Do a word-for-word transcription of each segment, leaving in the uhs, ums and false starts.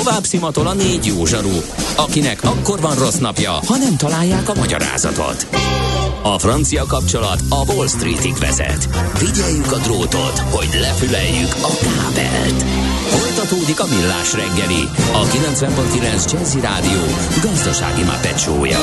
tovább szimatol a négy jó zsaru, akinek akkor van rossz napja, ha nem találják a magyarázatot. A francia kapcsolat a Wall Streetig vezet. Figyeljük a drótot, hogy lefüleljük a kábelt. Folytatódik a Millás reggeli, a kilencven pont kilenc Jazzy Rádió gazdasági Muppet show-ja.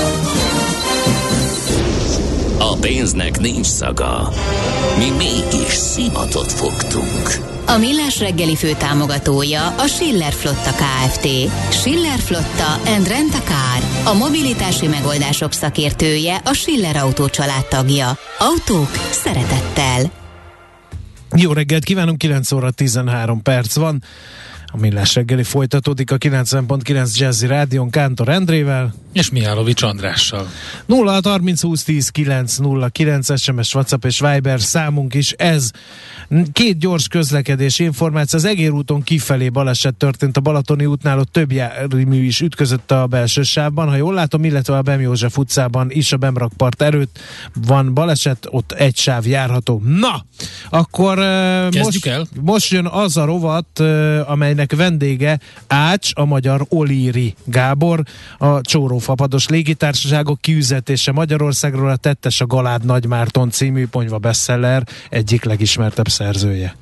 A pénznek nincs szaga. Mi mégis szimatot fogtunk. A Millás reggeli fő támogatója a Schiller Flotta Kft. Schiller Flotta and Rent a Car. A mobilitási megoldások szakértője, a Schiller Autó család tagja. Autók szeretettel. Jó reggelt kívánunk, kilenc óra tizenhárom perc van. A Millás reggeli folytatódik a kilencven pont kilenc Jazzy Rádión Kántor Endrével és Mihálovics Andrással. nulla hat harminc húsz tíz kilenc nulla kilenc es em es, WhatsApp és Viber számunk is ez. Két gyors közlekedés információ. Az Egér úton kifelé baleset történt a Balatoni útnál, ott több jármű is ütközött a belső sávban, ha jól látom, illetve a Bem József utcában is a Bemrakpart előtt van baleset, ott egy sáv járható. Na, akkor most, el? most jön az a rovat, amelynek vendége Ács, a magyar Olíri Gábor, a Csórófapados légitársaságok kiüzetése Magyarországról, a Tettes a Galád Nagymárton című ponyva bestseller egyik legismertebb szerzője.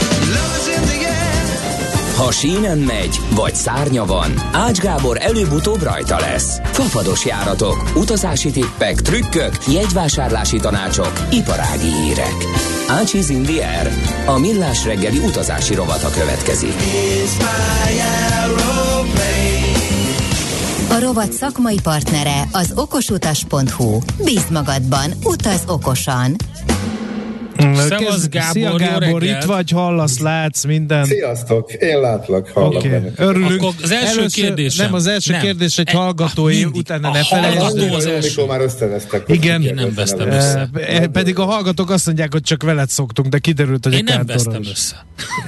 Ha sínen megy, vagy szárnya van, Ács Gábor előbb-utóbb rajta lesz. Fapados járatok, utazási tippek, trükkök, jegyvásárlási tanácsok, iparági hírek. Ácsiz in the air. A Millás reggeli utazási rovata következik. A rovat szakmai partnere az okosutas pont hu. Bízd magadban, utaz okosan. Szevasz Gábor, Szia Gábor, itt vagy, hallasz, látsz, minden. Sziasztok, én látlak, hallok. Okay. Bennük. Örülünk. Akkor az első Először, kérdésem. Nem, az első nem. kérdés egy E, hallgatói, mindig. utána A ne felejtsd. hallgató az első. Amikor már összevesztek. Igen, én nem vesztem össze. E, pedig a hallgatók azt mondják, hogy csak veled szoktunk, de kiderült, hogy Én a nem Kántoros. vesztem össze.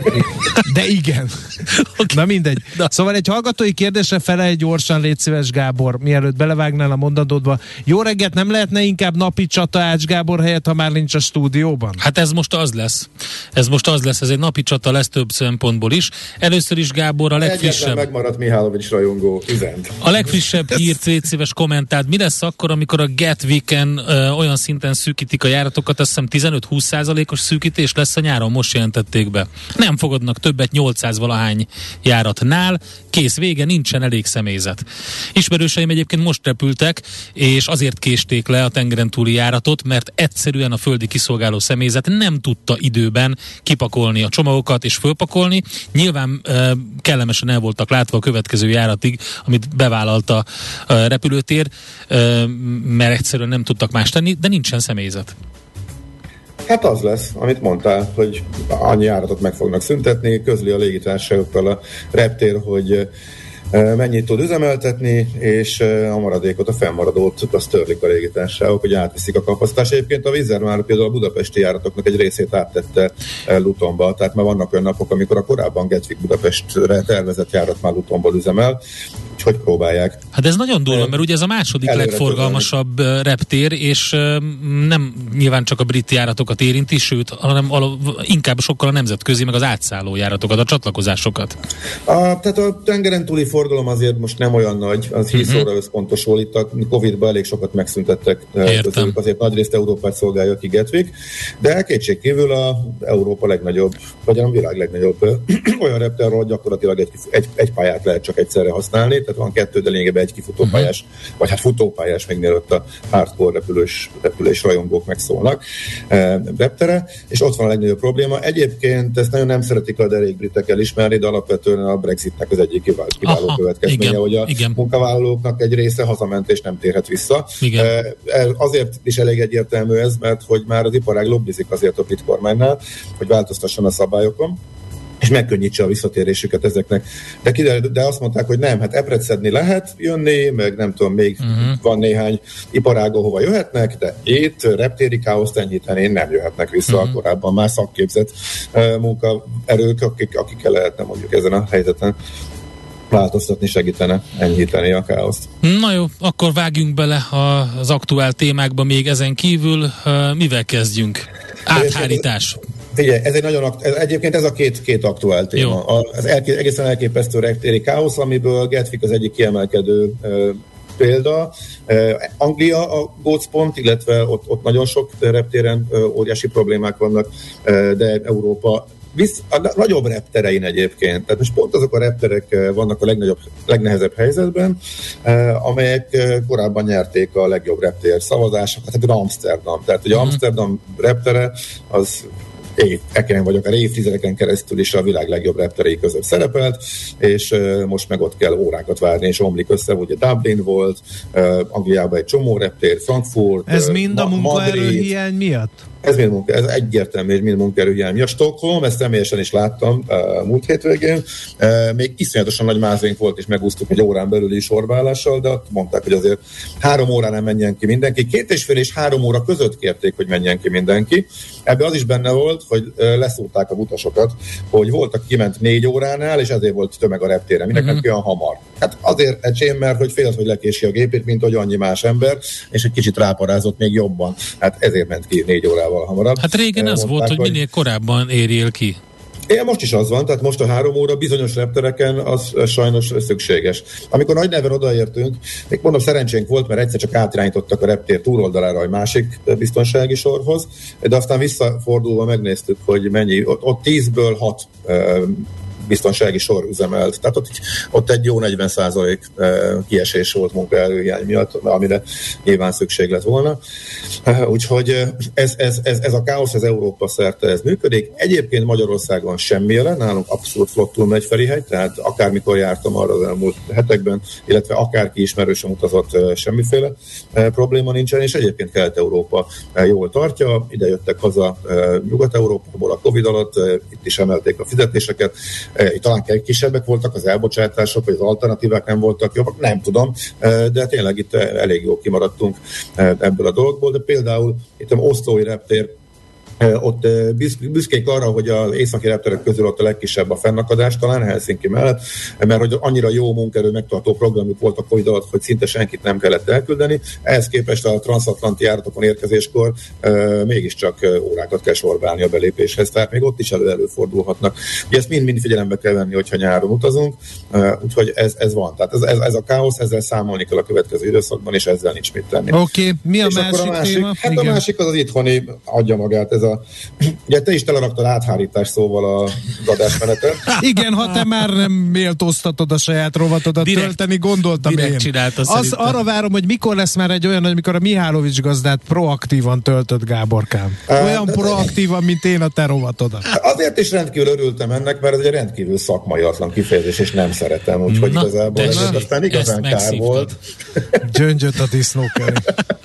De igen. Okay. Na mindegy. Na. Szóval egy hallgatói kérdésre felelj gyorsan, légy szíves Gábor, mielőtt belevágnál a mondatodba. Jó reggelt, nem lehetne inkább napi csata Ács Gábor helyett, ha már nincs a stúdióban? Hát ez most az lesz. Ez most az lesz, ez egy napi csata lesz több szempontból is. Először is Gábor a legfrissebb... Egyetlen megmaradt Mihálovics rajongó üzent. A legfrissebb hírt, légy szíves kommentáld. Mi lesz akkor, amikor a Gatwicken ö, olyan szinten szűkítik a járatokat, azt hiszem tizenöt-húsz százalékos szűkítés lesz a nyáron, most jelentették be. Nem fogadnak többet nyolcszáz valahány járatnál, kész, vége, nincsen elég személyzet. Ismerőseim egyébként most repültek, és azért késték le a tengeren túli járatot, mert egyszerűen a földi kiszolgáló személyzet nem tudta időben kipakolni a csomagokat és fölpakolni. Nyilván ö, kellemesen el voltak látva a következő járatig, amit bevállalt a ö, repülőtér, ö, mert egyszerűen nem tudtak más tenni, de nincsen személyzet. Hát az lesz, amit mondtál, hogy annyi járatot meg fognak szüntetni, közli a légitársaságokkal a reptér, hogy mennyit tud üzemeltetni, és a maradékot, a fennmaradót azt törlik a légitársaságok, hogy átviszik a kapacitást. Egyébként a Wizz Air már például a budapesti járatoknak egy részét áttette Lutonba, tehát már vannak olyan napok, amikor a korábban Gatwick Budapestre tervezett járat már Lutonból üzemel, úgyhogy próbálják. Hát ez nagyon durva, mert ugye ez a második Előre legforgalmasabb tudani. reptér, és nem nyilván csak a brit járatokat érinti, sőt, hanem inkább sokkal a nemzetközi, meg az átszálló járatokat, a csatlakozásokat. A, tehát a tengeren túli forgalom azért most nem olyan nagy, az Heathrow-ra uh-huh. összpontosul, itt a Covid-ban elég sokat megszüntettek, közülük azért nagyrészt Európát szolgálja ki Gatwick, de kétségkívül a Európa legnagyobb, vagy a világ legnagyobb olyan reptér, ahol gyakorlatilag egy, egy, egy pályát lehet csak egyszerre használni, tehát van kettő, de lényegében egy kifutópályás, uh-huh. vagy hát futópályás, még mielőtt a hardcore repülős, repülés rajongók megszólnak e, reptere, és ott van a legnagyobb probléma. Egyébként ezt nagyon nem szeretik a derék britek elismerni, de alapvetően a Brexitnek az egyik kiváló Aha, következménye, igen, hogy a igen. munkavállalóknak egy része hazament és nem térhet vissza. Igen. Azért is elég egyértelmű ez, mert hogy már az iparág lobbizik azért a brit kormánynál, hogy változtasson a szabályokon, és megkönnyítse a visszatérésüket ezeknek. De, kiderül, de azt mondták, hogy nem, hát epret szedni lehet jönni, meg nem tudom, még uh-huh. van néhány iparág, ahova jöhetnek, de itt reptéri káoszt enyhíteni nem jöhetnek vissza uh-huh. korábban már szakképzett uh, munkaerők, akik, akikkel lehetne mondjuk ezen a helyzeten változtatni, segítene enyhíteni a káoszt. Na jó, akkor vágjunk bele az aktuál témákba még ezen kívül. Mivel kezdjünk? Áthárítás. Figyelj, ez egy nagyon akt- ez, egyébként ez a két, két aktuál téma. A, az elké- egészen elképesztő reptéri káosz, amiből Gatwick az egyik kiemelkedő uh, példa. Uh, Anglia a gócpont, illetve ott, ott nagyon sok reptéren uh, óriási problémák vannak, uh, de Európa Visz, a nagyobb repterein egyébként. Tehát most pont azok a repterek vannak a legnagyobb, legnehezebb helyzetben, amelyek korábban nyerték a legjobb reptér szavazásokat, tehát Amsterdam. Tehát ugye mm-hmm. Amsterdam reptere az éveken vagy akár évtizedeken keresztül is a világ legjobb repterei között szerepelt, és uh, most meg ott kell órákat várni, és omlik össze, ugye Dublin volt, uh, Angliában egy csomó reptér, Frankfurt, Ez uh, mind a Ma- munkaerőhiány miatt? Ez mind munka, ez egyértelmű, és mind munkaerőhiány. A Stockholm, ezt személyesen is láttam uh, múlt hétvégén, uh, még iszonyatosan nagy mázénk volt, és megúsztuk egy órán belüli sorbaállással, de mondták, hogy azért három órán nem menjen ki mindenki. Két és fél és három óra között kérték, hogy menjen ki mindenki. Ebben az is benne volt, hogy uh, leszúrták a utasokat, hogy voltak kiment négy óránál, és ezért volt tömeg a reptéren. Mindenki uh-huh. olyan hamar. Hát azért ecsém, mert hogy félt, hogy lekési a gépét, mint hogy annyi más ember, és egy kicsit ráparázott még jobban. Hát ezért ment ki négy órával hamarabb. Hát régen az volt, hogy minél korábban érjél ki. Igen, most is az van, tehát most a három óra bizonyos reptereken az sajnos szükséges. Amikor nagy neven odaértünk, még mondom, szerencsénk volt, mert egyszer csak átirányítottak a reptér túloldalára egy másik biztonsági sorhoz, de aztán visszafordulva megnéztük, hogy mennyi, ott, ott tízből hat biztonsági sor üzemelt. Tehát ott, ott egy jó negyven százalék kiesés volt munkaerőhiány miatt, amire nyilván szükség lett volna. Úgyhogy ez, ez, ez, ez a káosz az Európa szerte ez működik. Egyébként Magyarországon semmi jelen, nálunk abszolút flottul megy Ferihegy, tehát akármikor jártam arra az elmúlt hetekben, illetve akárki ismerősen utazott, semmiféle probléma nincsen, és egyébként Kelet-Európa jól tartja. Ide jöttek haza Nyugat-Európából a Covid alatt, itt is emelték a fizetéseket. Talán kisebbek voltak az elbocsátások, vagy az alternatívák nem voltak jobbak, nem tudom, de tényleg itt elég jól kimaradtunk ebből a dologból, de például itt az oszlói reptér, ott büszkék arra, hogy az északi repterek közül ott a legkisebb a fennakadás, talán Helsinki mellett, mert hogy annyira jó munkaerő megtartó programjuk volt a Covid alatt, hogy szinte senkit nem kellett elküldeni. Ehhez képest a transatlanti járatokon érkezéskor uh, mégiscsak órákat kell sorbálni a belépéshez, tehát még ott is elő előfordulhatnak. Ugye ezt mind-mind figyelembe kell venni, hogyha nyáron utazunk, uh, úgyhogy ez, ez van. Tehát ez, ez, ez a káosz, ezzel számolni kell a következő időszakban, és ezzel nincs mit tenni. Oké, okay. Mi a és másik, a másik téma? Hát Igen. a másik az az itthoni, adja magát ez a ugye te is teleraktad áthárítás szóval a adásmenetet. Igen, ha te már nem méltóztatod a saját rovatodat direkt, tölteni, gondoltam én. Az, arra várom, hogy mikor lesz már egy olyan, amikor a Mihálovics gazdát proaktívan töltött, Gáborkám. Olyan uh, proaktívan, mint én a te rovatodat. Azért is rendkívül örültem ennek, mert ez egy rendkívül szakmaiatlan kifejezés, és nem szeretem, úgyhogy igazából ez aztán igazán kár volt. Gyöngyöt a disznó köré.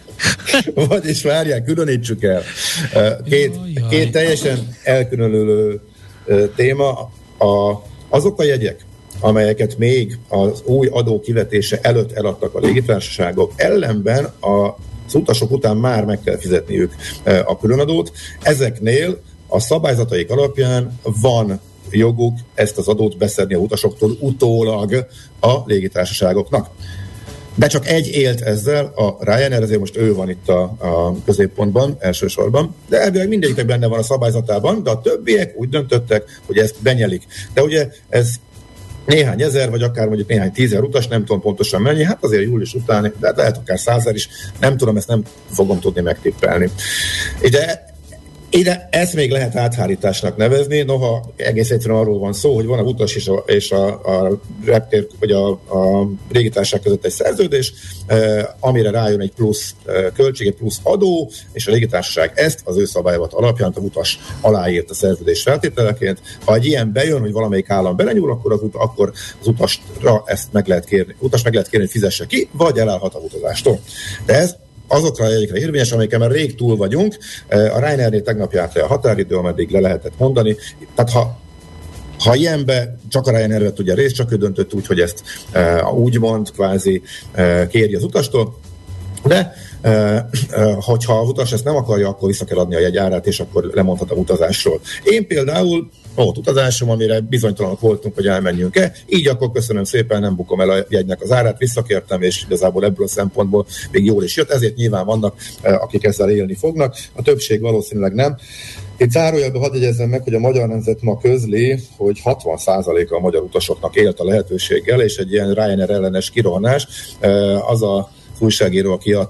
Vagyis várják, különítsük el. Két, két teljesen elkülönülő téma. A, azok a jegyek, amelyeket még az új adó kivetése előtt eladtak a légitársaságok, ellenben az utasok után már meg kell fizetniük a különadót. Ezeknél a szabályzataik alapján van joguk ezt az adót beszedni a utasoktól utólag a légitársaságoknak. De csak egy élt ezzel, a Ryanair, ezért most ő van itt a, a középpontban, elsősorban, de elvileg mindegyiknek benne van a szabályzatában, de a többiek úgy döntöttek, hogy ezt benyelik. De ugye ez néhány ezer, vagy akár mondjuk néhány tízer utas, nem tudom pontosan mennyi, hát azért július után, de lehet akár százer is, nem tudom, ezt nem fogom tudni megtippelni. Ide Ide ezt még lehet áthárításnak nevezni, noha egész egyszerűen arról van szó, hogy van a utas és a, és a, a reptér, vagy a, a légitársaság között egy szerződés, eh, amire rájön egy plusz eh, költség, egy plusz adó, és a légitársaság ezt az ő szabályzat alapján a utas aláírt a szerződés feltételeként. Ha egy ilyen bejön, hogy valamelyik állam belenyúl, akkor az, ut- akkor az utasra ezt meg lehet kérni, utas meg lehet kérni, hogy fizesse ki, vagy elállhat a utazástól. De ez azokra a jegyekre érvényes, amelyeken már rég túl vagyunk. A Ryanairnél tegnap járt le a határidő, ameddig le lehetett mondani. Tehát ha, ha ilyenbe csak a Ryanair vett ugye részt, csak ő döntött úgy, hogy ezt e, úgymond kvázi e, kéri az utastól, de e, e, hogyha az utas ezt nem akarja, akkor vissza kell adni a jegyárát, és akkor lemondhat a utazásról. Én például volt utazásom, amire bizonytalanok voltunk, hogy elmenjünk-e, így akkor köszönöm szépen, nem bukom el a jegynek az árát, visszakértem, és igazából ebből a szempontból még jól is jött, ezért nyilván vannak, akik ezzel élni fognak, a többség valószínűleg nem. Itt zárójelben hadd jegyezzem meg, hogy a Magyar Nemzet ma közli, hogy hatvan százaléka a magyar utasoknak élt a lehetőséggel, és egy ilyen Ryanair ellenes kirohanás, az a újságíró, aki a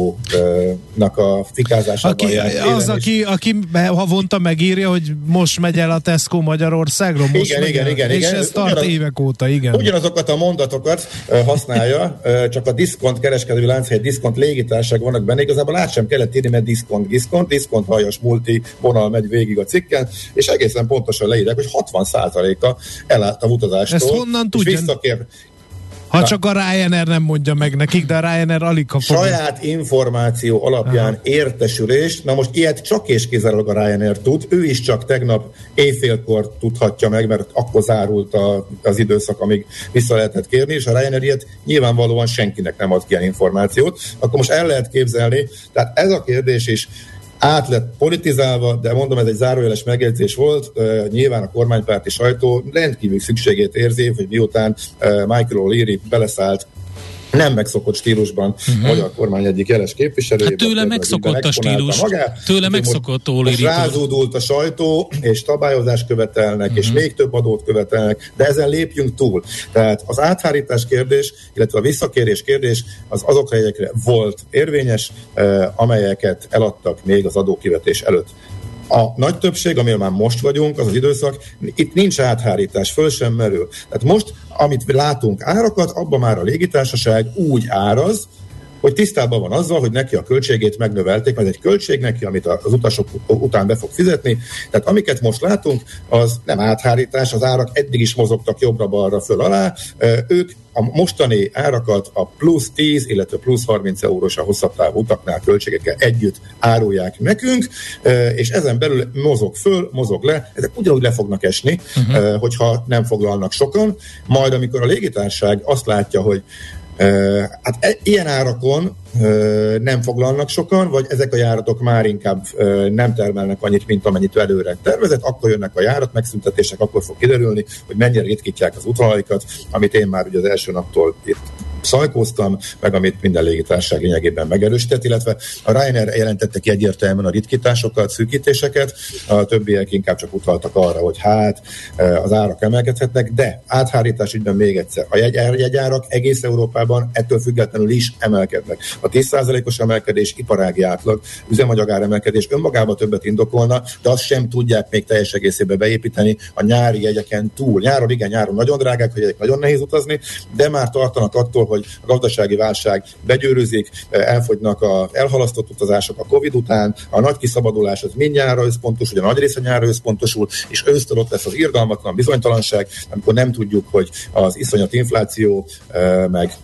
Tesco-nak a fikázásában aki, járt. Az, aki, aki havonta megírja, hogy most megy el a Tesco Magyarországról, most igen, igen, igen, és igen. ez tart Ugyanaz, évek óta, igen. Ugyanazokat a mondatokat uh, használja, uh, csak a diszkont kereskedői lánchely, diszkont légitársaság vannak benne, igazából át sem kellett írni, mert diszkont, diszkont, diszkont hajas multi vonal megy végig a cikken, és egészen pontosan leírják, hogy hatvan százaléka elállt a utazástól. Ezt honnan tudja? Visszakér... Ha Na, csak a Ryanair nem mondja meg nekik, de a Ryanair alig kap. Saját információ alapján aha. értesülést, na most ilyet csak és kizárólag a Ryanair tud, ő is csak tegnap éjfélkor tudhatja meg, mert akkor zárult a, az időszak, amíg vissza lehetett kérni, és a Ryanair ilyet nyilvánvalóan senkinek nem ad ki ilyen információt, akkor most el lehet képzelni, tehát ez a kérdés is át lett politizálva, de mondom, ez egy zárójeles megjegyzés volt. Uh, nyilván a kormánypárti sajtó rendkívül szükségét érzi, hogy miután uh, Michael O'Leary beleszállt nem megszokott stílusban uh-huh. a magyar kormány egyik jeles képviselője. Hát tőle megszokott a stílus. Magát. Tőle megszokott O'Leary. Most rázódult a sajtó, és szabályozást követelnek, uh-huh. és még több adót követelnek, de ezen lépjünk túl. Tehát az áthárítás kérdés, illetve a visszakérés kérdés az azokra jegyekre volt érvényes, eh, amelyeket eladtak még az adókivetés előtt. A nagy többség, amivel már most vagyunk, az az időszak, itt nincs áthárítás, föl sem merül. Tehát most, amit látunk árakat, abban már a légitársaság úgy áraz, hogy tisztában van azzal, hogy neki a költségét megnövelték, mert egy költség neki, amit az utasok után be fog fizetni. Tehát amiket most látunk, az nem áthárítás, az árak eddig is mozogtak jobbra-balra föl alá. Ők a mostani árakat a plusz tíz, illetve plusz harminc eurós a hosszabb távú utaknál költségekkel együtt árulják nekünk, és ezen belül mozog föl, mozog le, ezek ugyanúgy le fognak esni, uh-huh. hogyha nem foglalnak sokan. Majd amikor a légitársaság azt látja, hogy Uh, hát e, ilyen árakon uh, nem foglalnak sokan, vagy ezek a járatok már inkább uh, nem termelnek annyit, mint amennyit előre tervezett, akkor jönnek a járat megszüntetések, akkor fog kiderülni, hogy mennyire ritkítják az útvonalaikat, amit én már ugye az első naptól itt szajkóztam, meg amit minden légitársaság lényegében megerősített, illetve a Ryanair jelentette ki egyértelműen a ritkításokat, szűkítéseket, a többiek inkább csak utaltak arra, hogy hát az árak emelkedhetnek, de áthárítás ügyben még egyszer. A jegy, jegyárak egész Európában ettől függetlenül is emelkednek. A tíz százalékos emelkedés iparági átlag, üzemanyagár emelkedés önmagában többet indokolna, de azt sem tudják még teljes egészében beépíteni a nyári jegyeken túl. Nyáron igen, nyáron nagyon drágák, hogy nagyon nehéz utazni, de már tartanak attól, hogy a gazdasági válság begyűrűzik, elfogynak az elhalasztott utazások a Covid után, a nagy kiszabadulás az mind nyárra összpontosul, ugye a nagy része nyárra összpontosul, és ősztől ott lesz az irgalmatlan bizonytalanság, amikor nem tudjuk, hogy az iszonyat infláció, meg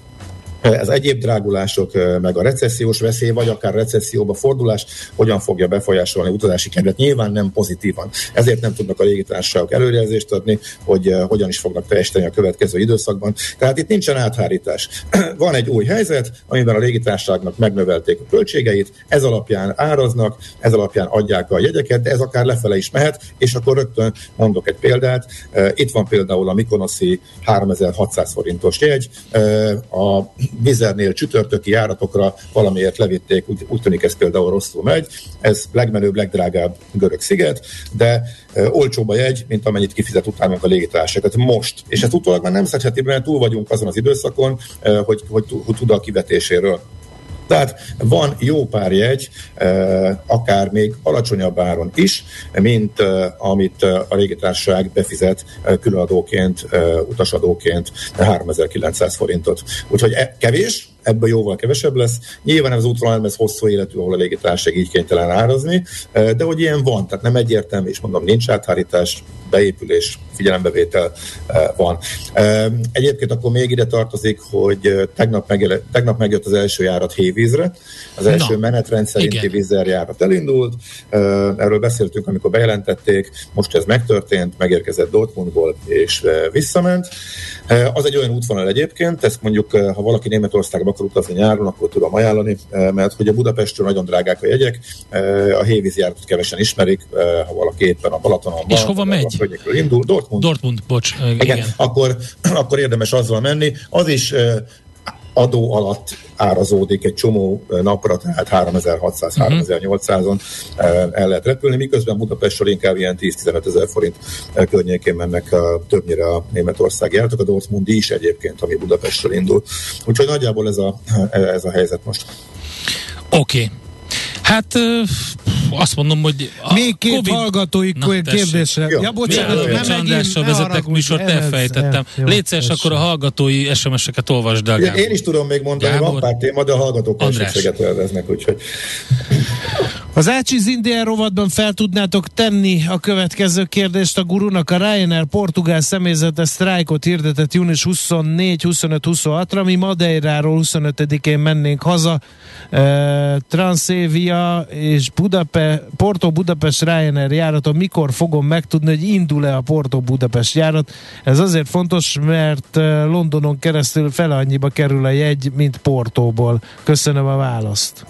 az egyéb drágulások, meg a recessziós veszély, vagy akár recesszióba fordulás hogyan fogja befolyásolni utazási kedvet. Nyilván nem pozitívan. Ezért nem tudnak a légitársaságok előrejelzést adni, hogy hogyan is fognak teljesíteni a következő időszakban. Tehát itt nincsen áthárítás. Van egy új helyzet, amiben a légitársaságnak megnövelték a költségeit, ez alapján áraznak, ez alapján adják a jegyeket, de ez akár lefele is mehet, és akkor rögtön mondok egy példát. Itt van például a Mykonoszi háromezer-hatszáz forintos jegy, a Vizernél csütörtöki járatokra valamiért levitték, úgy, úgy tűnik ez például rosszul megy. Ez legmenőbb, legdrágább görög sziget, de e, olcsóbb a jegy, mint amennyit kifizet utánunk a légitársaság. Tehát most, és ezt utólag már nem szedheti, mert túl vagyunk azon az időszakon, e, hogy, hogy, hogy tud a kivetéséről. Tehát van jó pár jegy, eh, akár még alacsonyabb áron is, mint eh, amit eh, a légitársaság befizet eh, különadóként, eh, utasadóként háromezer-kilencszáz forintot. Úgyhogy e, kevés, ebből jóval kevesebb lesz. Nyilván ez az útvonal, ez hosszú életű, ahol a légitársaság így kénytelen árazni, eh, de hogy ilyen van, tehát nem egyértelmű, és mondom, nincs áthárítás, beépülés, figyelembevétel eh, van. Eh, egyébként akkor még ide tartozik, hogy eh, tegnap, megjel- tegnap megjött az első járat Hévízre, az első Na, menetrend szerinti Wizz Air járat elindult, eh, erről beszéltünk, amikor bejelentették, most ez megtörtént, megérkezett Dortmundból és eh, visszament. Eh, az egy olyan útvonal egyébként, ezt mondjuk, eh, ha valaki Németországba akar utazni nyáron, akkor tudom ajánlani, eh, mert hogy a Budapestről nagyon drágák a jegyek, eh, a Hévíz járatot kevesen ismerik, eh, ha valaki éppen a Balatonon van. És hova megy? Indul. Dortmund. Dortmund, bocs. Igen, igen. Akkor, akkor érdemes azzal menni. Az is adó alatt árazódik egy csomó napra, tehát háromezer-hatszáz háromezer-nyolcszázon el lehet repülni, miközben Budapestről inkább ilyen tíz-tizenöt ezer forint környékén mennek a, többnyire a németországi járatok, a Dortmundi is egyébként, ami Budapestről indul. Úgyhogy nagyjából ez a, ez a helyzet most. Oké. Okay. Hát azt mondom, hogy még két COVID... hallgatói kérdésre. Ja, ja bocsánat, nem Andrással vezetek műsort, elfejtettem. Légy szíves, akkor a hallgatói es em es-eket olvasd el, Gábor. Én is tudom még mondani, Gábor, van pár téma, de a hallgatók elsőséget élveznek, úgyhogy... Az Ácsiz Indián rovatban fel tudnátok tenni a következő kérdést a gurunak. A Ryanair portugál személyzete sztrájkot hirdetett június huszonnégy huszonöt huszonhatra, mi Madeiráról huszonötödikén mennénk haza. E, Transavia és Budape, Porto Budapest Ryanair járaton mikor fogom megtudni, hogy indul-e a Porto Budapest járat? Ez azért fontos, mert Londonon keresztül fele annyiba kerül a jegy, mint Portóból. Köszönöm a választ.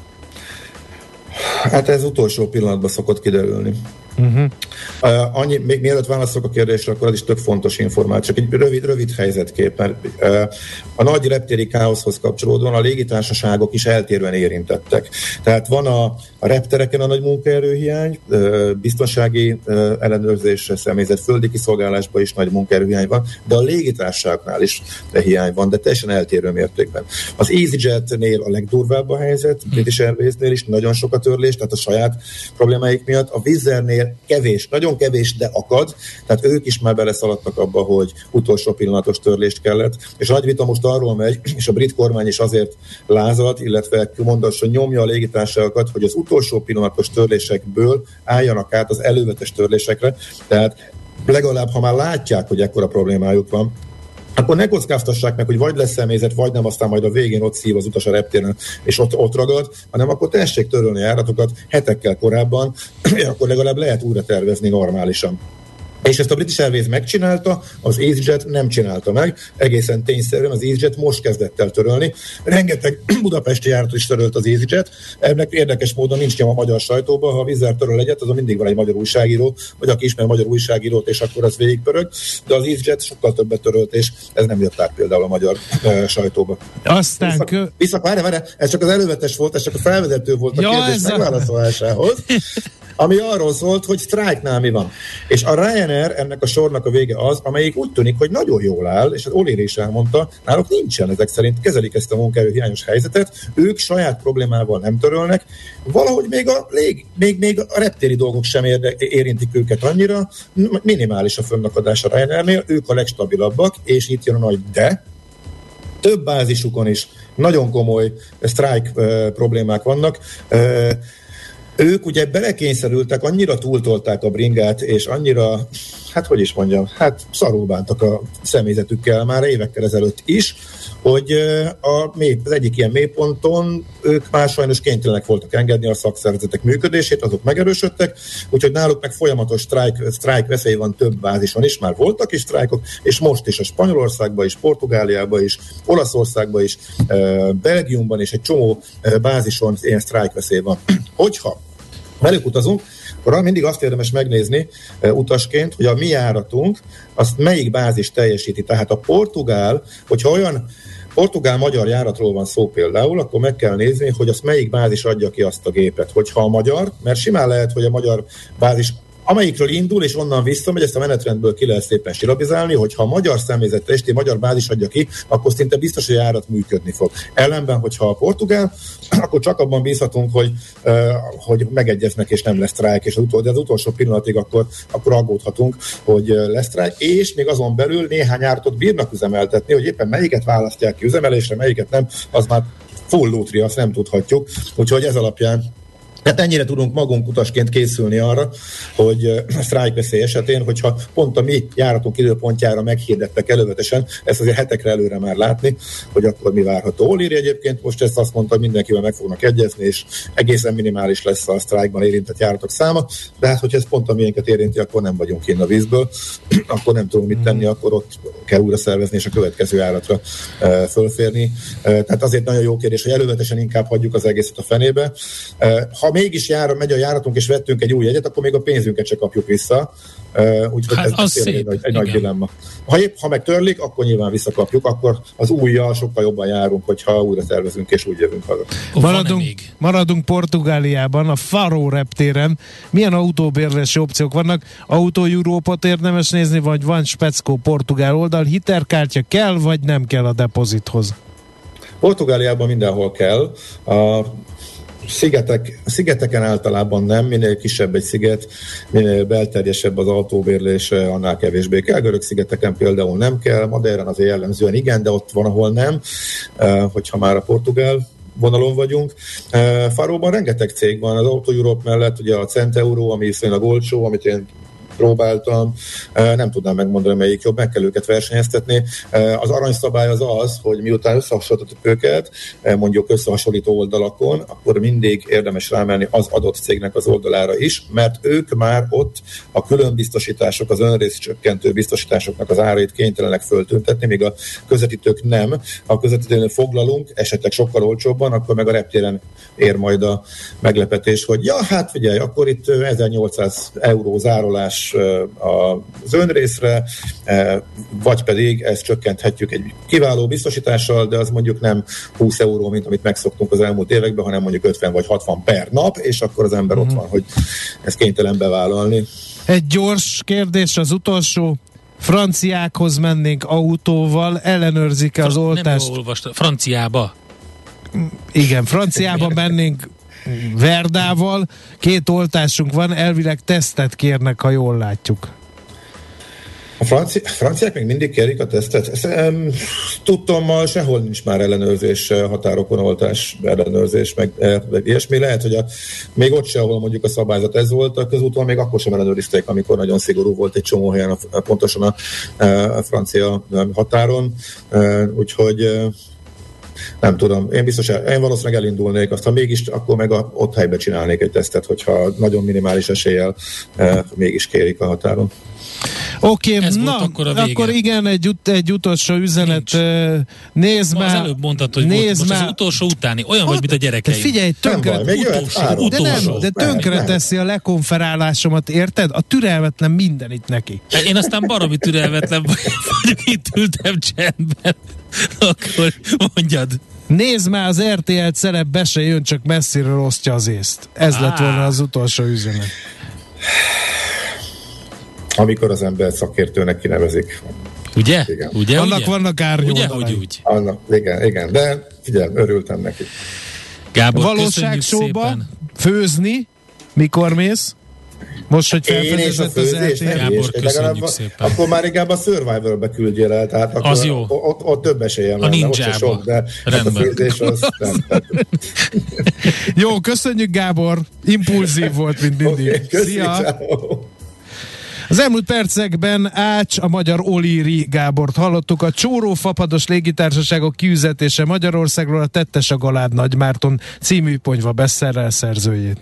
Hát ez utolsó pillanatban szokott kiderülni. Uh-huh. Uh, annyi, még mielőtt válaszolok a kérdésre, akkor az is tök fontos információ, csak egy rövid, rövid helyzetkép, mert uh, a nagy reptéri káoszhoz kapcsolódóan a légitársaságok is eltérően érintettek. Tehát van a, a reptereken a nagy munkaerőhiány, uh, biztonsági uh, ellenőrzésre, személyzet, földi kiszolgálásban is nagy munkaerőhiány van, de a légitársaságnál is hiány van, de teljesen eltérő mértékben. Az EasyJet-nél a legdurvább a helyzet, British Airways-nél is nagyon sok a törlés, tehát a saját problémáik miatt, a Wizz Airnél kevés, nagyon kevés, de akad, tehát ők is már beleszaladtak abba, hogy utolsó pillanatos törlést kellett, és a nagy vita most arról megy, és a brit kormány is azért lázalt, illetve mondáson nyomja a légitársaságokat, hogy az utolsó pillanatos törlésekből álljanak át az előzetes törlésekre, tehát legalább, ha már látják, hogy ekkora problémájuk van, akkor ne kockáztassák meg, hogy vagy lesz személyzet, vagy nem, aztán majd a végén ott szív az utas a reptéren, és ott, ott ragad, hanem akkor tessék törölni járatokat hetekkel korábban, akkor legalább lehet újra tervezni normálisan. És ezt a British Airways megcsinálta, az EasyJet nem csinálta meg, egészen tényszerűen az EasyJet most kezdett el törölni. Rengeteg budapesti járatot is törölt az EasyJet, ennek érdekes módon nincs nyoma a magyar sajtóban, ha a Wizz Air töröl egyet, azon mindig van egy magyar újságíró, vagy aki ismer magyar újságírót, és akkor az végigpörög, de az EasyJet sokkal többet törölt, és ez nem jött át például a magyar e, sajtóba. Aztán Vissza, kö... vissza, várj, várj, ez csak az előzetes volt, ez csak a felvezető volt a ja, kérdés megválaszolásához. Ami arról szólt, hogy sztrájknál mi van. És a Ryanair, ennek a sornak a vége az, amelyik úgy tűnik, hogy nagyon jól áll, és az Olir is elmondta, náluk nincsen ezek szerint, kezelik ezt a munkaerő hiányos helyzetet, ők saját problémával nem törölnek, valahogy még a, lég, még, még a reptéri dolgok sem érde, érintik őket annyira, minimális a fönnakadás a Ryanairnél, ők a legstabilabbak, és itt jön a nagy de, több bázisukon is nagyon komoly sztrájk uh, problémák vannak, uh, ők ugye belekényszerültek, annyira túltolták a bringát, és annyira, hát hogy is mondjam, hát szarul bántak a személyzetükkel már évekkel ezelőtt is, hogy a mély, az egyik ilyen mélyponton ők már sajnos kénytelenek voltak engedni a szakszervezetek működését, azok megerősödtek, úgyhogy náluk meg folyamatos sztrájk, sztrájk veszély van több bázison is, már voltak is sztrájkok, és most is a Spanyolországban is, Portugáliában is, Olaszországban is, Belgiumban is egy csomó bázison ilyen sztrájk veszély van. Hogyha velük utazunk, akkor mindig azt érdemes megnézni e, utasként, hogy a mi járatunk azt melyik bázis teljesíti. Tehát a portugál, hogyha olyan portugál-magyar járatról van szó például, akkor meg kell nézni, hogy azt melyik bázis adja ki azt a gépet. Hogyha a magyar, mert simán lehet, hogy a magyar bázis amelyikről indul, és onnan visszamegy, ezt a menetrendből ki lehet szépen silabizálni, hogyha a magyar személyzet testi magyar bázis adja ki, akkor szinte biztos, hogy a járat működni fog. Ellenben, hogyha a portugál, akkor csak abban bízhatunk, hogy, uh, hogy megegyeznek, és nem lesz sztrájk, és az utol, de az utolsó pillanatig akkor, akkor aggódhatunk, hogy lesz sztrájk, és még azon belül néhány járatot bírnak üzemeltetni, hogy éppen melyiket választják ki üzemelésre, melyiket nem, az már full lútri, azt nem tudhatjuk, úgyhogy ez alapján hát ennyire tudunk magunk utasként készülni arra, hogy uh, sztrájkveszély esetén, hogyha pont a mi járatunk időpontjára meghirdettek előzetesen, ezt azért hetekre előre már látni, hogy akkor mi várható. Olir egyébként most ezt azt mondta, hogy mindenkivel meg fognak egyezni, és egészen minimális lesz a sztrájkban érintett járatok száma, de hát, hogyha ez pont a miénket érinti, akkor nem vagyunk kinn a vízből, akkor nem tudunk mit tenni, akkor ott kell újra szervezni, és a következő járatra uh, fölférni. Uh, tehát azért nagyon jó kérdés, hogy előzetesen inkább hagyjuk az egészet a fenébe. Uh, ha mégis jár, megy a járatunk és vettünk egy új jegyet, akkor még a pénzünket se kapjuk vissza. Uh, úgyhogy hát ez szép, egy, nagy, egy nagy dilemma. Ha épp, ha meg törlik, akkor nyilván visszakapjuk, akkor az újjal sokkal jobban járunk, hogyha újra tervezünk és úgy jövünk haza. Maradunk, maradunk Portugáliában, a Faro reptéren. Milyen autóbérlési opciók vannak? Autó Európot érdemes nézni, vagy van speckó portugál oldal? Hitelkártya kell, vagy nem kell a depozithoz? Portugáliában mindenhol kell. A Szigetek, szigeteken általában nem, minél kisebb egy sziget, minél belterjesebb az autóbérlés, annál kevésbé kell. Görög szigeteken például nem kell, Madeirán azért jellemzően igen, de ott van, ahol nem, hogyha már a portugál vonalon vagyunk. Faróban rengeteg cég van, az Auto Europe mellett ugye a Centeuro, ami viszonylag olcsó, amit én próbáltam, nem tudnám megmondani, melyik jobb, meg kell őket versenyeztetni. Az aranyszabály az az, hogy miután összehasonlítottuk őket, mondjuk összehasonlító oldalakon, akkor mindig érdemes rámenni az adott cégnek az oldalára is, mert ők már ott a különbiztosítások, az önrészcsökkentő biztosításoknak az árait kénytelenek föltüntetni, míg a közvetítők nem. Ha a közvetítőnél foglalunk, esetleg sokkal olcsóbban, akkor meg a reptéren ér majd a meglepetés, hogy ja, hát figyelj, akkor itt ezernyolcszáz euró zárolás az önrészre, vagy pedig ezt csökkenthetjük egy kiváló biztosítással, de az mondjuk nem húsz euró, mint amit megszoktunk az elmúlt években, hanem mondjuk ötven vagy hatvan per nap, és akkor az ember mm. ott van, hogy ezt kénytelen bevállalni. Egy gyors kérdés, az utolsó. Franciákhoz mennénk autóval, ellenőrzik-e az oltást? Nem olvastam. Franciába? Igen, Franciába mennénk Verdával, két oltásunk van, elvileg tesztet kérnek, ha jól látjuk. A franci, franciák még mindig kérik a tesztet? Ezt, um, tudtommal sehol nincs már ellenőrzés, határokon oltás ellenőrzés, meg, meg ilyesmi. Lehet, hogy a, még ott se, ahol mondjuk a szabályzat ez volt, a közúton még akkor sem ellenőrizték, amikor nagyon szigorú volt egy csomó helyen, a, a, pontosan a, a francia határon. Úgyhogy nem tudom, én biztos, el, én valószínűleg elindulnék, azt ha mégis, akkor meg a, ott helybe csinálnék egy tesztet, hogyha nagyon minimális eséllyel e, mégis kérik a határon. Oké, okay, na, akkor, akkor igen, egy, ut- egy utolsó üzenet. Nincs. Nézd Ma már. Az előbb mondtad, hogy nézd most már. Az utolsó utáni. Olyan vagy, mint a gyerekeim. Figyelj, tönkre, baj, utolsó, utolsó, de, nem, de tönkre nem, teszi nem. a lekonferálásomat, érted? A türelmetlen mindenit neki. Én aztán baromi türelmetlen vagyok, itt ültem csendben. Akkor mondjad. Nézd már, az er té el szerep be se jön, csak messziről osztja az észt. Ez Á. lett volna az utolsó üzenet. Amikor az ember szakértőnek kinevezik. Ugye? Igen. Ugye? Annak ugye? vannak árnyódalai. Ugye, hogy úgy? Annak, igen, igen, de figyelj, örültem neki. Gábor, valóságsóba főzni, mikor mész? Most, hogy felfedezett az er té el. Gábor, köszönjük szépen. Akkor már inkább a Survivor-be küldjél el, tehát akkor az jó. Ott, ott több esélyem lenne, ott se sok, de a főzés az nem. Jó, köszönjük Gábor, impulzív volt, mint mindig. Okay, szia! Az elmúlt percekben Ács, a magyar Olíri Gábort hallottuk, a Csóró Fapados Légitársaságok kiüzetése Magyarországról, a Tettes a Galád Nagymárton című ponyva bestseller szerzőjét.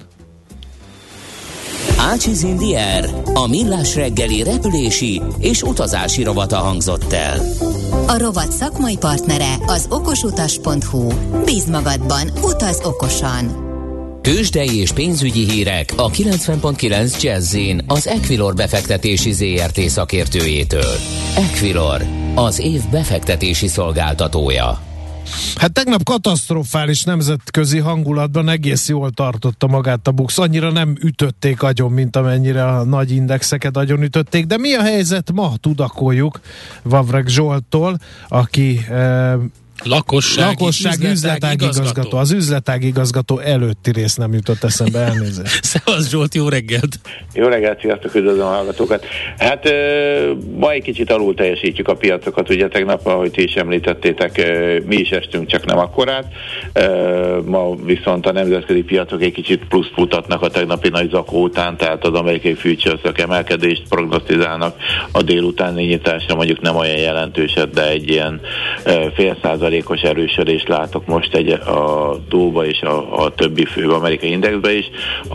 Ácsiz in the Air, a millás reggeli repülési és utazási rovata hangzott el. A rovat szakmai partnere az okosutas pont hu. Bízz magadban, utaz okosan! Tőzsdei és pénzügyi hírek a kilencven pont kilenc Jazz-in az Equilor befektetési zé er té szakértőjétől. Equilor, az év befektetési szolgáltatója. Hát tegnap katasztrofális nemzetközi hangulatban egész jól tartotta magát a BUX. Annyira nem ütötték agyon, mint amennyire a nagy indexeket agyon ütötték. De mi a helyzet ma? Tudakoljuk Vavreg Zsolttól, aki... Eh, Lakossági, Lakossági üzletág igazgató. igazgató. Az üzletág igazgató előtti rész nem jutott eszembe, elnézést. Szevasz Zsolt, jó reggelt! Jó reggelt, sziasztok, üdvözlöm a hallgatókat! Hát ma egy kicsit alul teljesítjük a piacokat, ugye tegnap, ahogy ti is említettétek, mi is estünk, csak nem akkorát. Ma viszont a nemzetközi piacok egy kicsit pluszt mutatnak a tegnapi nagy zakó után, tehát az amerikai futures-ök emelkedést prognosztizálnak a délutáni nyitásra, mondjuk nem olyan jelentőset, de egy ilyen fél százalék százalékos erősödést látok most egy a Dóba és a, a többi fő amerikai indexben is.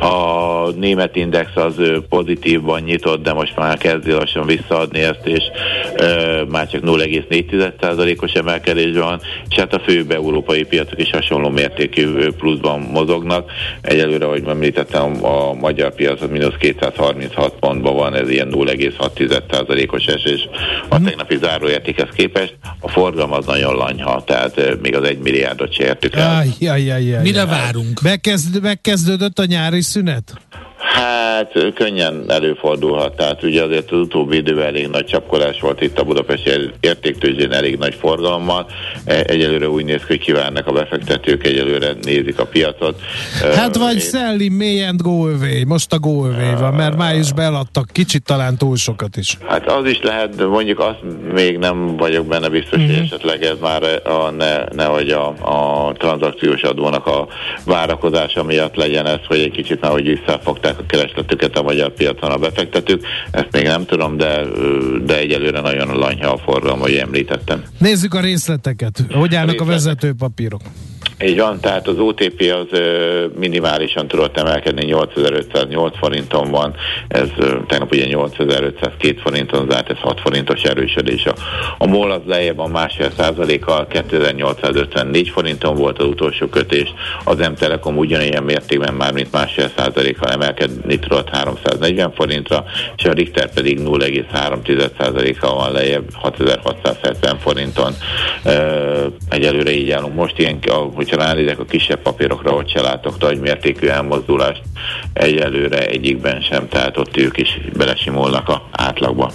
A német index az pozitívban nyitott, de most már kezdi lassan visszaadni ezt, és e, már csak nulla egész négy százalékos emelkedés van, és hát a főbb európai piacok is hasonló mértékű pluszban mozognak. Egyelőre, ahogy említettem, a magyar piac az mínusz kétszázharminchat pontban van, ez ilyen nulla egész hat százalékos esés a tegnapi záróértékhez képest. A forgalom az nagyon lanyha, tehát még az egy milliárdot se értük el. Aj, aj, aj, aj, Mire aj. várunk? Megkezd, megkezdődött a nyári szünet? Hát könnyen előfordulhat, tehát ugye azért az utóbbi időben elég nagy csapkolás volt itt a budapesti értéktőzsdén, elég nagy forgalommal. Egyelőre úgy néz ki, hogy kivárnak a befektetők, egyelőre nézik a piacot. Hát vagy Én... sell in May and go away. Most a go away van, mert májusban eladtak kicsit, talán túl sokat is. Hát az is lehet, de mondjuk azt még nem vagyok benne biztos, mm-hmm. hogy esetleg ez már a, ne, nehogy a, a tranzakciós adónak a várakozása miatt legyen ez, hogy egy kicsit már hogy visszafogták a keresletüket a magyar piacon a befektetők. Ezt még nem tudom, de, de egyelőre nagyon lanyha a forgalom, hogy említettem. Nézzük a részleteket. Hogy állnak a, a vezetőpapírok? Így van, tehát az o té pé az ö, minimálisan tudott emelkedni, nyolcezer-ötszáznyolc forinton van, ez ö, tegnap ugye nyolcezer-ötszázkettő forinton zárt, ez hat forintos erősödés. A, a MOL az lejjebb a másfél százalékkal, kétezer-nyolcszázötvennégy forinton volt az utolsó kötés, az M-Telekom ugyanilyen mértékben már mint másfél százalékkal emelkedni tudott háromszáznegyven forintra, és a Richter pedig nulla egész három százalékkal van lejjebb, hatezer-hatszázhetven forinton. Ö, egyelőre így állunk most, ilyen, hogyha ránézek a kisebb papírokra, ott se látok nagy mértékű elmozdulást egyelőre egyikben sem, tehát ott ők is belesimulnak a átlagba.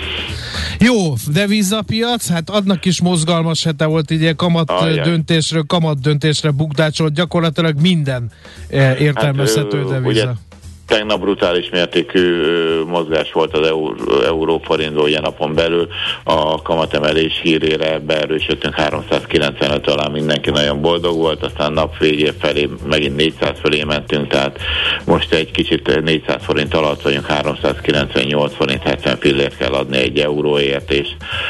Jó, devizapiac, hát adnak is mozgalmas hete volt, így kamat Ajaj. döntésről, kamat döntésre bukdácsolt gyakorlatilag minden értelmezhető hát, deviza. Ugye, tegnap brutális mértékű mozgás volt az euró-forintból ilyen napon belül. A kamatemelés hírére beerősödtünk háromszázkilencvenöt alá, mindenki nagyon boldog volt, aztán nap végé felé megint négyszáz fölé mentünk, tehát most egy kicsit négyszáz forint alatt vagyunk, háromszázkilencvennyolc forint hetven fillért kell adni egy euróért, és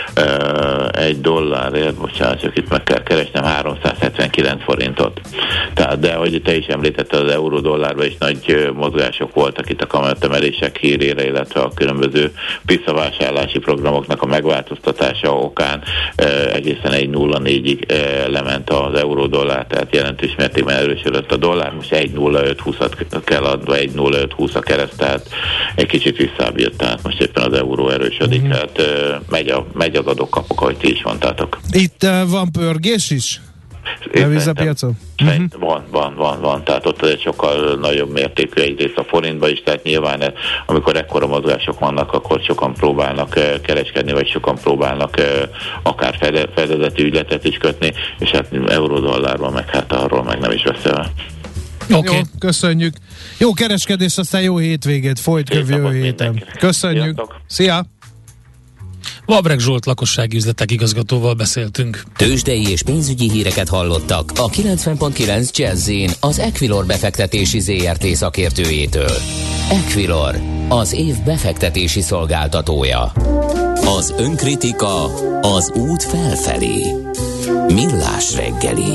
egy dollárért, bocsánat, csak itt meg kell keresnem, háromszázhetvenkilenc forintot. Tehát, de ahogy te is említetted, az euró-dollárban is nagy mozgások voltak itt a kamatemelések hírére, illetve a különböző visszavásárlási programoknak a megváltoztatása okán e, egészen egy nulla négyig e, lement az euró-dollár, tehát jelentős mértékben erősödött a dollár, most egy nulla öt húszat kell adva, egy nulla öt húsz a kereszt, tehát egy kicsit visszább jött, tehát most éppen az euró erősödik, mm-hmm. tehát e, megy, a, megy az adok-kapok, ahogy ti is mondtátok. Itt uh, van pörgés is? Devizapiacon? Uh-huh. Van, van, van, van. Tehát ott egy sokkal nagyobb mértékű egyrészt a forintban is, tehát nyilván amikor ekkora mozgások vannak, akkor sokan próbálnak uh, kereskedni, vagy sokan próbálnak uh, akár fede, fedezeti ügyletet is kötni, és hát euró-dollárban meg hát arról meg nem is beszélve. Oké, okay. Köszönjük. Jó kereskedés, aztán jó hétvégét, folyt jövő héten. Köszönjük. Sziasztok. Szia! Vavreg Zsolt lakossági üzletek igazgatóval beszéltünk. Tőzsdei és pénzügyi híreket hallottak a kilencven pont kilenc Jazz-in az Equilor befektetési zé er té szakértőjétől. Equilor, az év befektetési szolgáltatója. Az önkritika az út felfelé. Millás reggeli.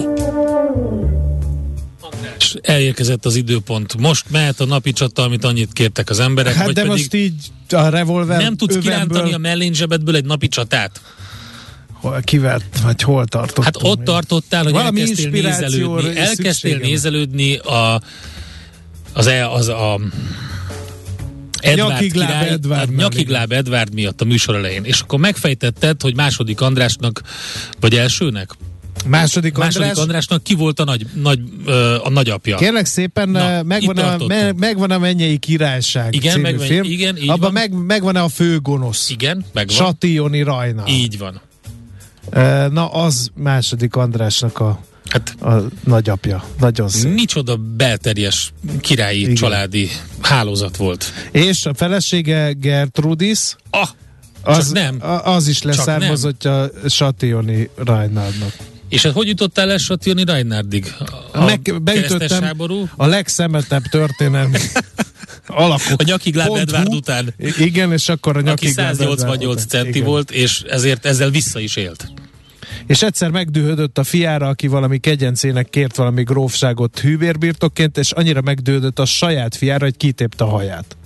Elérkezett az időpont. Most mehet a napi csata, amit annyit kértek az emberek. Hát vagy de pedig most így a revolver nem tudsz övemből... kirántani a mellényzsebedből egy napi csatát? Hol, kivert, vagy hol tartottam? Hát ott tartottál, hogy valami elkezdtél nézelődni. Elkezdtél nézelődni a az, e, az a Edvard Nyakigláb király, Edvard, Nyakigláb Edvard miatt a műsor elején. És akkor megfejtetted, hogy második Andrásnak, vagy elsőnek? Második, András, második Andrásnak ki volt a, nagy, nagy, a nagyapja? Kérlek szépen, Na, megvan, a, me, megvan a Mennyei Királyság igen, című megvan, film. Igen, így abban van. Meg, megvan a főgonosz. Igen, megvan. Sationi Rajna. Így van. Na, az második Andrásnak a, hát, a nagyapja. Nagyon szép. Micsoda belterjes királyi igen. családi hálózat volt. És a felesége Gertrudis. Ah, az, nem. Az is leszármazottja Sationi Rajnádnak. És hát hogy jutottál el Sationi Rajnárdig? A Meg, beütöttem a legszemetebb történelmi alakok. A Nyakigláb Edvárd után. Igen, és akkor a Nyakigláb Edvárd aki száznyolcvannyolc centi igen. volt, és ezért ezzel vissza is élt. És egyszer megdühödött a fiára, aki valami kegyencének kért valami grófságot hűbérbirtokként, és annyira megdühödött a saját fiára, hogy kitépte a haját.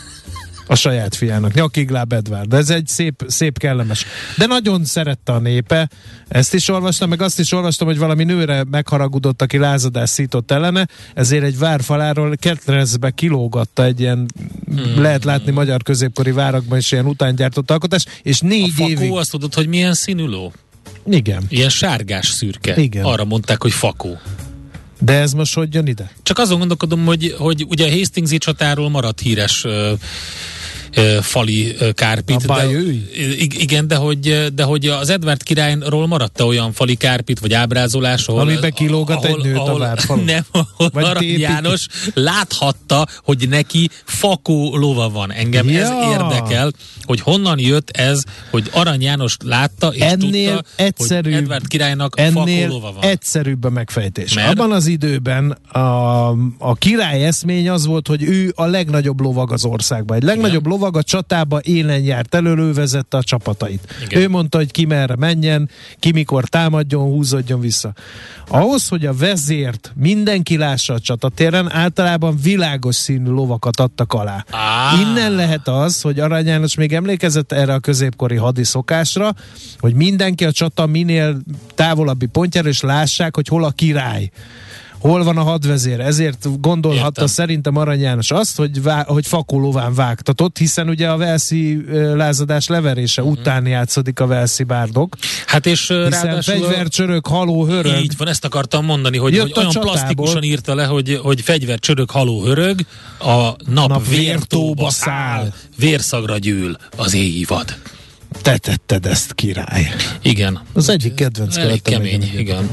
A saját fiának. Nyakigláb Edvard. De ez egy szép, szép kellemes. De nagyon szerette a népe. Ezt is olvastam, meg azt is olvastam, hogy valami nőre megharagudott, aki lázadást szított ellene, ezért egy várfaláról ketrezbe kilógatta egy ilyen, hmm. lehet látni magyar középkori várakban is ilyen utángyártott alkotás, és négy a évig... fakó, azt tudod, hogy milyen színű ló? Igen. Ilyen sárgás szürke. Igen. Arra mondták, hogy fakó. De ez most hogy jön ide? Csak azon gondolkodom, hogy, hogy ugye a Hastingsi csatáról maradt híres uh, uh, fali uh, kárpit. De, igen, de hogy, de hogy az Edward királyról maradt olyan fali kárpit, vagy ábrázolás, ahol... Amiben kilógat ahol, egy nőt ahol, a várfalon. Nem, ahol Arany János láthatta, hogy neki fakó lova van. Engem ja. ez érdekel, hogy honnan jött ez, hogy Arany János látta, és ennél tudta, egyszerűbb, hogy Edward királynak fakó lova van. Egyszerűbb a megfejtés. Mert? Abban az időben a, a király eszmény az volt, hogy ő a legnagyobb lovag az országban. Egy legnagyobb igen. lovag a csatába élen járt elől, ő vezette a csapatait. Igen. Ő mondta, hogy ki merre menjen, ki mikor támadjon, húzódjon vissza. Ahhoz, hogy a vezért mindenki lássa a csatatéren, általában világos színű lovakat adtak alá. Ah. Innen lehet az, hogy Arany János még emlékezett erre a középkori hadi szokásra, hogy mindenki a csata minél távolabbi pontjára, és lássák, hogy hol a király. Hol van a hadvezér? Ezért gondolhatta Értem. szerintem Arany János azt, hogy, vá- hogy fakulóván vágtatott, hiszen ugye a velszi uh, lázadás leverése uh-huh. után játszódik a velszi bárdok. Hát és uh, ráadásul fegyvercsörök, haló, hörög. Így van, ezt akartam mondani, hogy, hogy olyan csatából. Plastikusan írta le, hogy, hogy fegyvercsörök, haló, hörög, a nap, nap vértóba száll, vérszagra gyűl az éjvad. Te tetted ezt, király. Igen. Az egyik kedvenc elég kemény, igen. igen.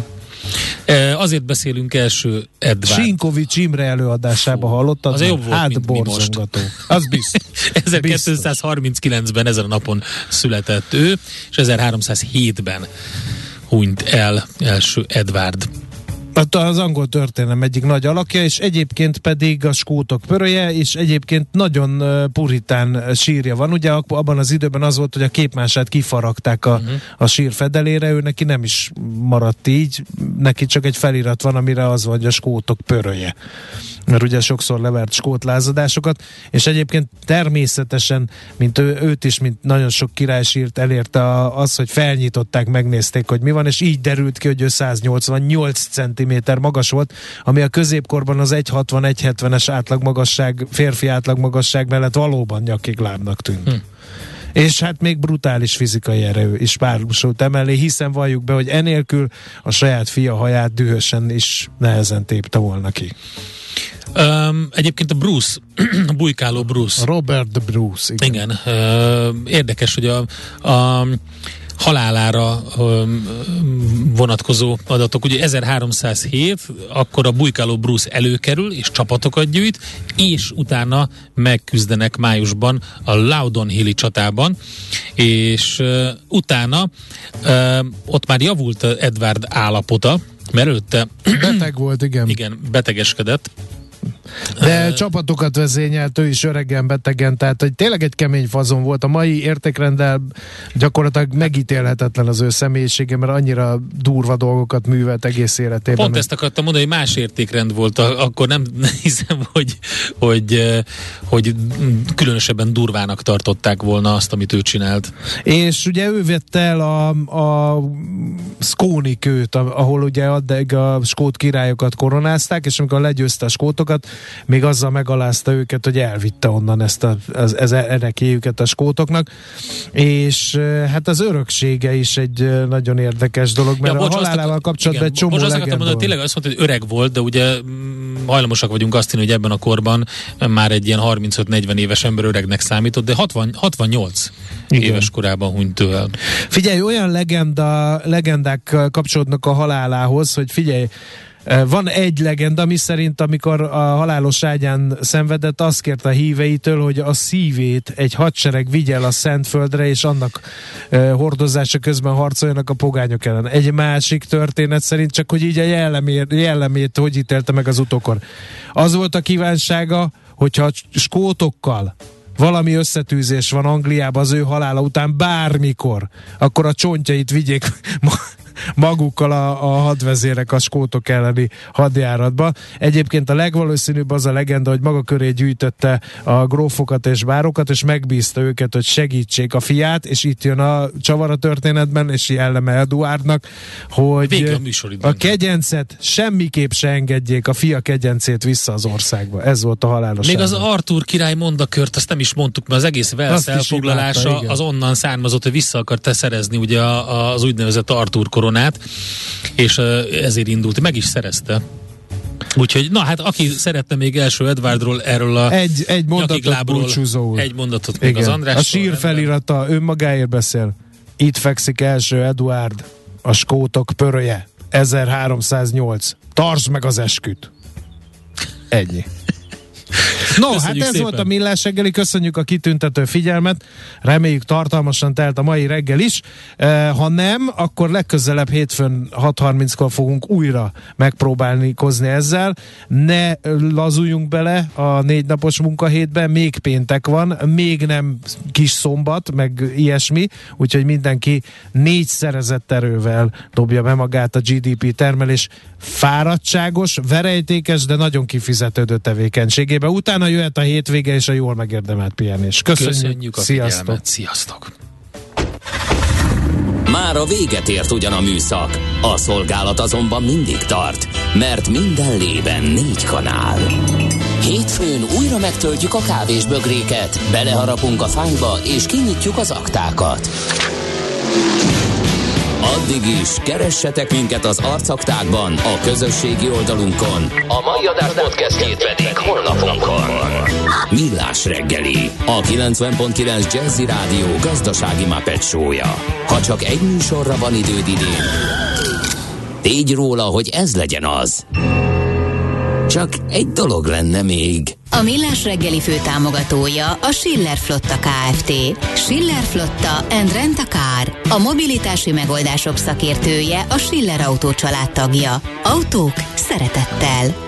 E, azért beszélünk első Edvard. Sinkovics Imre előadásában hallottad? Az jobb volt, hát mint borzongató. Az biztos. ezerkétszázharminckilencben ezen a napon született ő, és ezerháromszázhétben hunyt el első Edvard. Az angol történelem egyik nagy alakja, és egyébként pedig a skótok pöröje, és egyébként nagyon puritán sírja van. Ugye abban az időben az volt, hogy a képmását kifaragták a, uh-huh. a sír fedelére, ő neki nem is maradt így, neki csak egy felirat van, amire az van, hogy a skótok pöröje. Mert ugye sokszor levert skót lázadásokat, és egyébként természetesen, mint ő, őt is, mint nagyon sok királysírt elérte az, hogy felnyitották, megnézték, hogy mi van, és így derült ki, hogy ő száznyolcvannyolc centiméter magas volt, ami a középkorban az egy hatvan egy hetvenes átlagmagasság, férfi átlagmagasság mellett valóban nyakiglábnak tűnt. Hm. És hát még brutális fizikai erő is párosult emellé, hiszen valljuk be, hogy enélkül a saját fia haját dühösen is nehezen tépte volna ki. Um, egyébként a Bruce, a bujkáló Bruce. Robert the Bruce. Igen. igen uh, érdekes, hogy a, a halálára um, vonatkozó adatok, ugye ezerháromszázhét, akkor a bujkáló Bruce előkerül, és csapatokat gyűjt, és utána megküzdenek májusban a Loudon Hilli csatában, és uh, utána uh, ott már javult Edward állapota, mert előtte beteg volt, igen. Igen, betegeskedett. De uh, csapatokat vezényelt, ő is öregen, betegen, tehát hogy tényleg egy kemény fazon volt. A mai értékrenddel gyakorlatilag megítélhetetlen az ő személyisége, mert annyira durva dolgokat művelt egész életében. Pont ezt akartam mondani, hogy más értékrend volt, akkor nem hiszem, hogy, hogy, hogy különösebben durvának tartották volna azt, amit ő csinált. És ugye ő vette el a, a Skónikőt, ahol ugye addig a skót királyokat koronázták, és amikor legyőzte a skótokat, még azzal megalázta őket, hogy elvitte onnan ezt a, az, az erekéjüket a skótoknak, és hát az öröksége is egy nagyon érdekes dolog, mert ja, bocs, a halálával kapcsolatban egy csomó legenda. Most azt akartam mondani, tényleg azt mondta, hogy öreg volt, de ugye hajlamosak vagyunk azt hinni, hogy ebben a korban már egy ilyen harmincöt-negyven éves ember öregnek számított, de hatvan, hatvannyolc igen. éves korában hunyt el. Figyelj, olyan legenda, legendák kapcsolódnak a halálához, hogy figyelj, van egy legenda, ami szerint amikor a halálos ágyán szenvedett, azt kérte a híveitől, hogy a szívét egy hadsereg vigye el a Szentföldre, és annak uh, hordozása közben harcoljanak a pogányok ellen. Egy másik történet szerint, csak hogy így a jellemét, jellemét hogy ítélte meg az utókor. Az volt a kívánsága, hogyha a skótokkal valami összetűzés van Angliában az ő halála után bármikor, akkor a csontjait vigyék magukkal a, a hadvezérek a skótok elleni hadjáratba. Egyébként a legvalószínűbb az a legenda, hogy maga köré gyűjtötte a grófokat és bárokat, és megbízta őket, hogy segítsék a fiát, és itt jön a csavar a történetben, és jelleme Eduárdnak, hogy a, a kegyencet semmiképp se engedjék, a fia kegyencét vissza az országba. Ez volt a halálos. Még az Artúr király mondakört, azt nem is mondtuk, mert az egész Velsz elfoglalása imádta, az onnan származott, hogy vissza akarta szerezni ugye az úgynevezett Artúr koronát, és ezért indult, meg is szerezte. Úgyhogy, na hát aki szeretne még első Edwardról, erről a egy, egy mondatot búcsúzóul. Egy mondatot még az András. A sír felirata önmagáért beszél. Itt fekszik első Eduárd, a skótok pöröje. ezerháromszáznyolc. Tartsd meg az esküt. Ennyi. No, köszönjük hát ez szépen. Volt a Millás reggeli, köszönjük a kitüntető figyelmet, reméljük tartalmasan telt a mai reggel is, e, ha nem, akkor legközelebb hétfőn hat harminckor fogunk újra megpróbálni kozni ezzel, ne lazuljunk bele a négy napos munkahétbe, még péntek van, még nem kis szombat, meg ilyesmi, úgyhogy mindenki négyszerezett erővel dobja be magát a gé dé pé termelés fáradtságos, verejtékes, de nagyon kifizetődő tevékenységébe. Utána jöhet a hétvége és a jól megérdemelt pihenés. Köszönjük, Köszönjük a sziasztok. figyelmet, sziasztok! Már a véget ért ugyan a műszak, a szolgálat azonban mindig tart, mert minden lében négy kanál. Hétfőn újra megtöltjük a kávésbögréket, beleharapunk a fányba és kinyitjuk az aktákat. Addig is keressetek minket az arcaktákban, a közösségi oldalunkon. A mai adás podcastjét pedig honlapunkon. Millás reggeli, a kilencven pont kilenc Jazzy Rádió gazdasági Muppet show-ja. Ha csak egy műsorra van időd idén, tégy róla, hogy ez legyen az. Csak egy dolog lenne még. A Millás reggeli főtámogatója a Schiller Flotta Kft. Schiller Flotta and Rent a Car. A mobilitási megoldások szakértője, a Schiller Autó család tagja. Autók szeretettel.